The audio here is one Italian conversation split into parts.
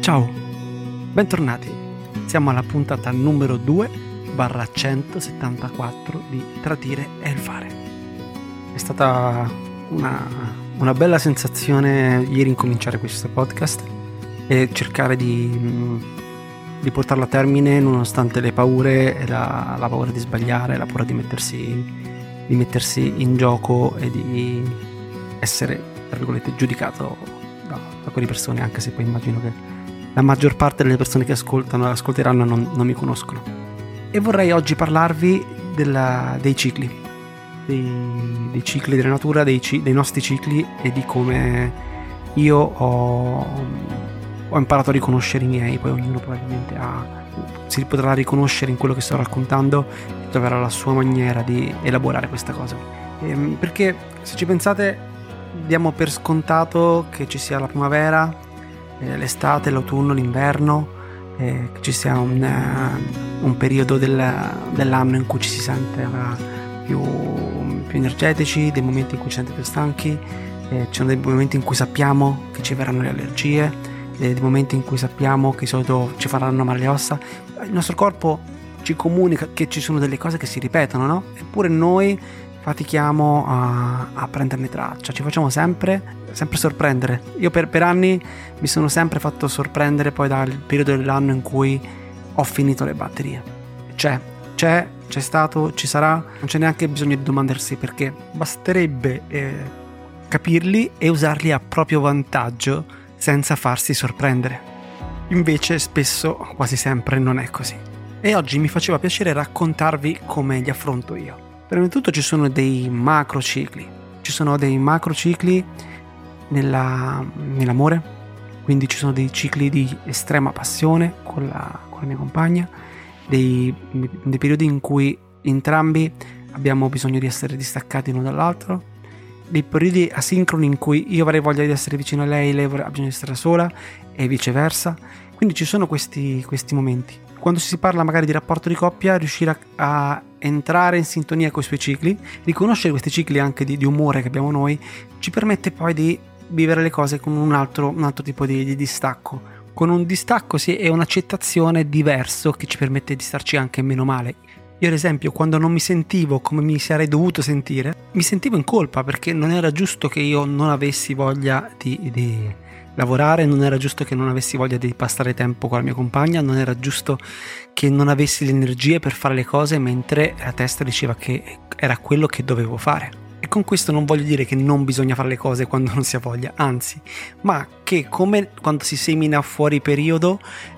Ciao, bentornati. Siamo alla puntata numero 2/174 di Tradire e il Fare. È stata una bella sensazione ieri incominciare questo podcast e cercare di portarlo a termine nonostante le paure e la paura di sbagliare, la paura di mettersi in gioco e di essere, tra virgolette, giudicato da quelle persone, anche se poi immagino che la maggior parte delle persone che ascolteranno non mi conoscono. E vorrei oggi parlarvi dei cicli, dei cicli della natura, dei nostri cicli, e di come io ho imparato a riconoscere i miei. Poi ognuno probabilmente si potrà riconoscere in quello che sto raccontando e troverà la sua maniera di elaborare questa cosa. Perché se ci pensate, diamo per scontato che ci sia la primavera, l'estate, l'autunno, l'inverno, che ci sia un periodo dell'anno in cui ci si sente più energetici, dei momenti in cui ci sente più stanchi, ci sono dei momenti in cui sappiamo che ci verranno le allergie, dei momenti in cui sappiamo che di solito ci faranno male le ossa. Il nostro corpo ci comunica che ci sono delle cose che si ripetono, no? Eppure noi fatichiamo a prenderne traccia, ci facciamo sempre sorprendere. Io per anni mi sono sempre fatto sorprendere poi dal periodo dell'anno in cui ho finito le batterie. C'è stato, ci sarà, non c'è neanche bisogno di domandarsi perché, basterebbe capirli e usarli a proprio vantaggio senza farsi sorprendere. Invece spesso, quasi sempre, non è così. E oggi mi faceva piacere raccontarvi come li affronto io. Prima di tutto ci sono dei macrocicli. Ci sono dei macrocicli nell'amore, quindi ci sono dei cicli di estrema passione con la mia compagna, dei periodi in cui entrambi abbiamo bisogno di essere distaccati l'uno dall'altro, dei periodi asincroni in cui io avrei voglia di essere vicino a lei, lei ha bisogno di essere sola e viceversa. Quindi ci sono questi momenti. Quando si parla magari di rapporto di coppia, riuscire a entrare in sintonia con i suoi cicli, riconoscere questi cicli anche di umore che abbiamo noi, ci permette poi di vivere le cose con un altro tipo di distacco. Con un distacco e un'accettazione diverso che ci permette di starci anche meno male. Io ad esempio, quando non mi sentivo come mi sarei dovuto sentire, mi sentivo in colpa perché non era giusto che io non avessi voglia di lavorare, non era giusto che non avessi voglia di passare tempo con la mia compagna, non era giusto che non avessi le energie per fare le cose mentre la testa diceva che era quello che dovevo fare. E con questo non voglio dire che non bisogna fare le cose quando non si ha voglia, anzi, ma che come quando si semina fuori periodo,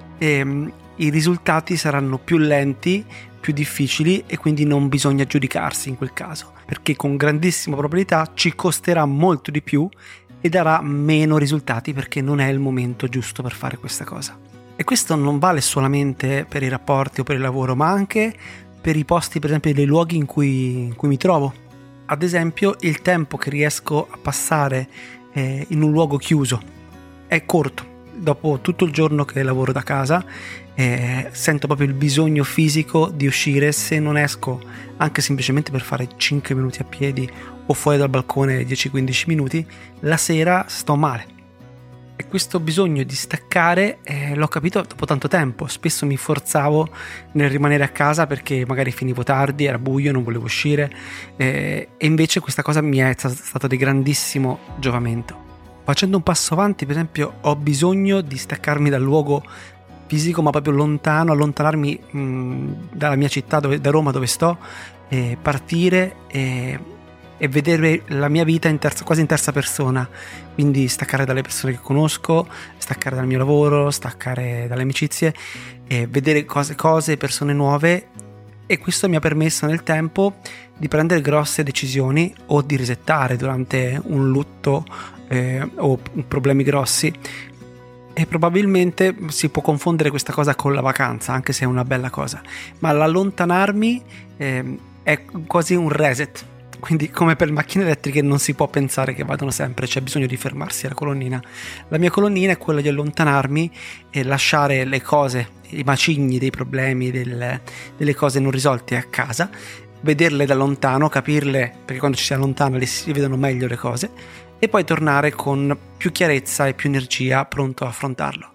i risultati saranno più lenti, più difficili, e quindi non bisogna giudicarsi in quel caso, perché con grandissima probabilità ci costerà molto di più e darà meno risultati perché non è il momento giusto per fare questa cosa. E questo non vale solamente per i rapporti o per il lavoro, ma anche per i posti, per esempio, dei luoghi in cui mi trovo. Ad esempio, il tempo che riesco a passare in un luogo chiuso è corto. Dopo tutto il giorno che lavoro da casa, sento proprio il bisogno fisico di uscire. Se non esco anche semplicemente per fare 5 minuti a piedi o fuori dal balcone 10-15 minuti, la sera sto male. E questo bisogno di staccare l'ho capito dopo tanto tempo. Spesso mi forzavo nel rimanere a casa perché magari finivo tardi, era buio, non volevo uscire, e invece questa cosa mi è stata di grandissimo giovamento. Facendo un passo avanti, per esempio, ho bisogno di staccarmi dal luogo fisico, ma proprio lontano, allontanarmi dalla mia città, da Roma dove sto, partire e vedere la mia vita quasi in terza persona, quindi staccare dalle persone che conosco, staccare dal mio lavoro, staccare dalle amicizie, e vedere cose, persone nuove. E questo mi ha permesso nel tempo di prendere grosse decisioni o di resettare durante un lutto o problemi grossi. E probabilmente si può confondere questa cosa con la vacanza, anche se è una bella cosa, ma l'allontanarmi è quasi un reset. Quindi, come per le macchine elettriche, non si può pensare che vadano sempre, c'è bisogno di fermarsi alla colonnina. La mia colonnina è quella di allontanarmi e lasciare le cose, i macigni dei problemi, delle cose non risolte a casa, vederle da lontano, capirle, perché quando ci si allontana si vedono meglio le cose, e poi tornare con più chiarezza e più energia, pronto a affrontarlo.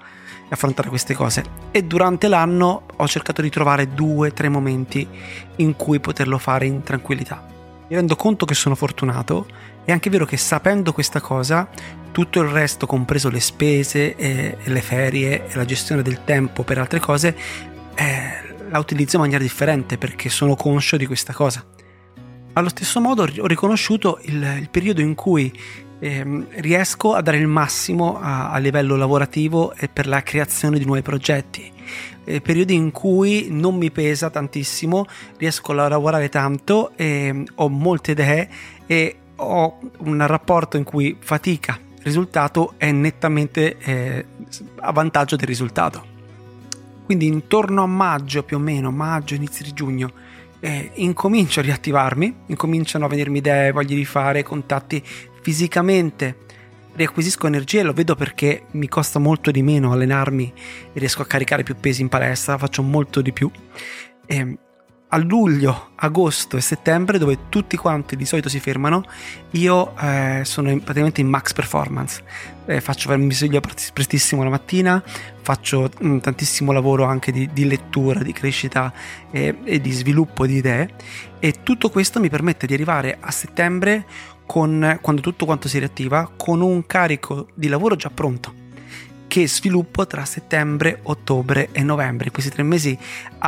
affrontare queste cose, e durante l'anno ho cercato di trovare 2-3 momenti in cui poterlo fare in tranquillità. Mi rendo conto che sono fortunato. È anche vero che sapendo questa cosa, tutto il resto, compreso le spese e le ferie e la gestione del tempo per altre cose, la utilizzo in maniera differente perché sono conscio di questa cosa. Allo stesso modo ho riconosciuto il periodo in cui riesco a dare il massimo a livello lavorativo e per la creazione di nuovi progetti, periodi in cui non mi pesa tantissimo, riesco a lavorare tanto e ho molte idee e ho un rapporto in cui fatica risultato è nettamente a vantaggio del risultato. Quindi intorno a maggio, più o meno maggio, inizio di giugno, incomincio a riattivarmi, incominciano a venirmi idee, voglia di fare contatti. Fisicamente riacquisisco energia e lo vedo perché mi costa molto di meno allenarmi e riesco a caricare più pesi in palestra, faccio molto di più. A luglio, agosto e settembre, dove tutti quanti di solito si fermano, io sono praticamente in max performance. Mi sveglio prestissimo la mattina, faccio tantissimo lavoro anche di lettura, di crescita e di sviluppo di idee, e tutto questo mi permette di arrivare a settembre quando tutto quanto si riattiva, con un carico di lavoro già pronto che sviluppo tra settembre, ottobre e novembre. In questi 3 mesi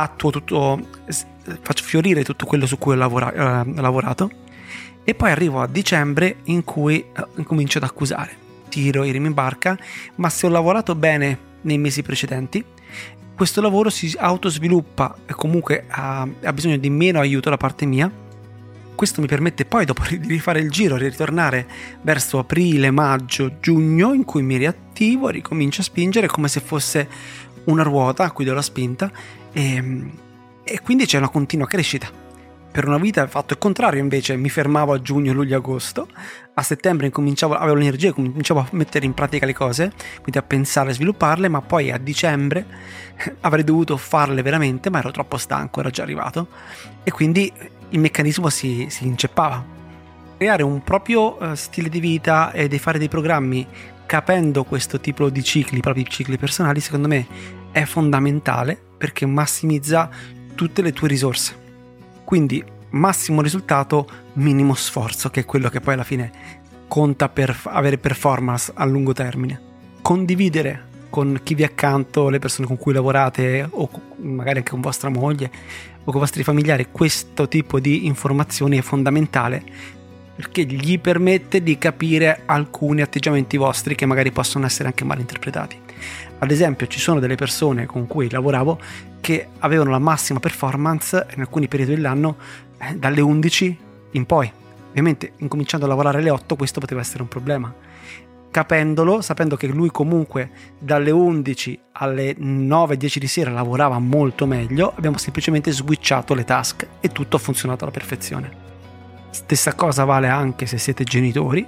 faccio fiorire tutto quello su cui ho lavorato, e poi arrivo a dicembre in cui incomincio ad accusare, tiro i remi in barca. Ma se ho lavorato bene nei mesi precedenti, questo lavoro si autosviluppa e comunque ha bisogno di meno aiuto da parte mia. Questo mi permette poi, dopo di rifare il giro, di ritornare verso aprile, maggio, giugno, in cui mi riattivo, ricomincio a spingere come se fosse una ruota a cui do la spinta, e quindi c'è una continua crescita. Per una vita fatto il contrario, invece mi fermavo a giugno, luglio, agosto. A settembre avevo l'energia, cominciavo a mettere in pratica le cose, quindi a pensare, a svilupparle, ma poi a dicembre avrei dovuto farle veramente, ma ero troppo stanco, era già arrivato, e quindi il meccanismo si inceppava. Creare un proprio stile di vita e di fare dei programmi capendo questo tipo di cicli, propri cicli personali, secondo me è fondamentale, perché massimizza tutte le tue risorse. Quindi massimo risultato, minimo sforzo, che è quello che poi alla fine conta per avere performance a lungo termine. Condividere con chi vi è accanto, le persone con cui lavorate, o magari anche con vostra moglie o con i vostri familiari, questo tipo di informazioni è fondamentale, perché gli permette di capire alcuni atteggiamenti vostri che magari possono essere anche mal interpretati. Ad esempio, ci sono delle persone con cui lavoravo che avevano la massima performance in alcuni periodi dell'anno dalle 11 in poi. Ovviamente, incominciando a lavorare alle 8, questo poteva essere un problema. Capendolo, sapendo che lui comunque dalle 11 alle 9-10 di sera lavorava molto meglio, abbiamo semplicemente switchato le task e tutto ha funzionato alla perfezione. Stessa cosa vale anche se siete genitori.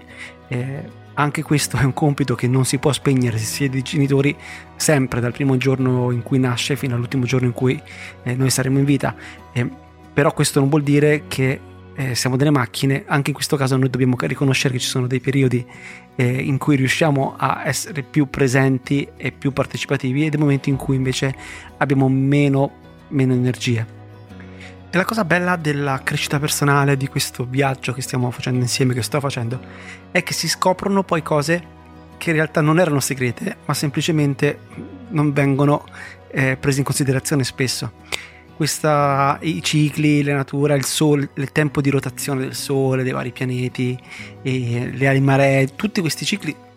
Anche questo è un compito che non si può spegnere se siete genitori, sempre dal primo giorno in cui nasce fino all'ultimo giorno in cui noi saremo in vita. Però questo non vuol dire che siamo delle macchine. Anche in questo caso noi dobbiamo riconoscere che ci sono dei periodi in cui riusciamo a essere più presenti e più partecipativi, e dei momenti in cui invece abbiamo meno energie. E la cosa bella della crescita personale, di questo viaggio che stiamo facendo insieme, che sto facendo, è che si scoprono poi cose che in realtà non erano segrete, ma semplicemente non vengono prese in considerazione spesso. I cicli, la natura, il sole, il tempo di rotazione del sole, dei vari pianeti, le ali maree, tutti questi cicli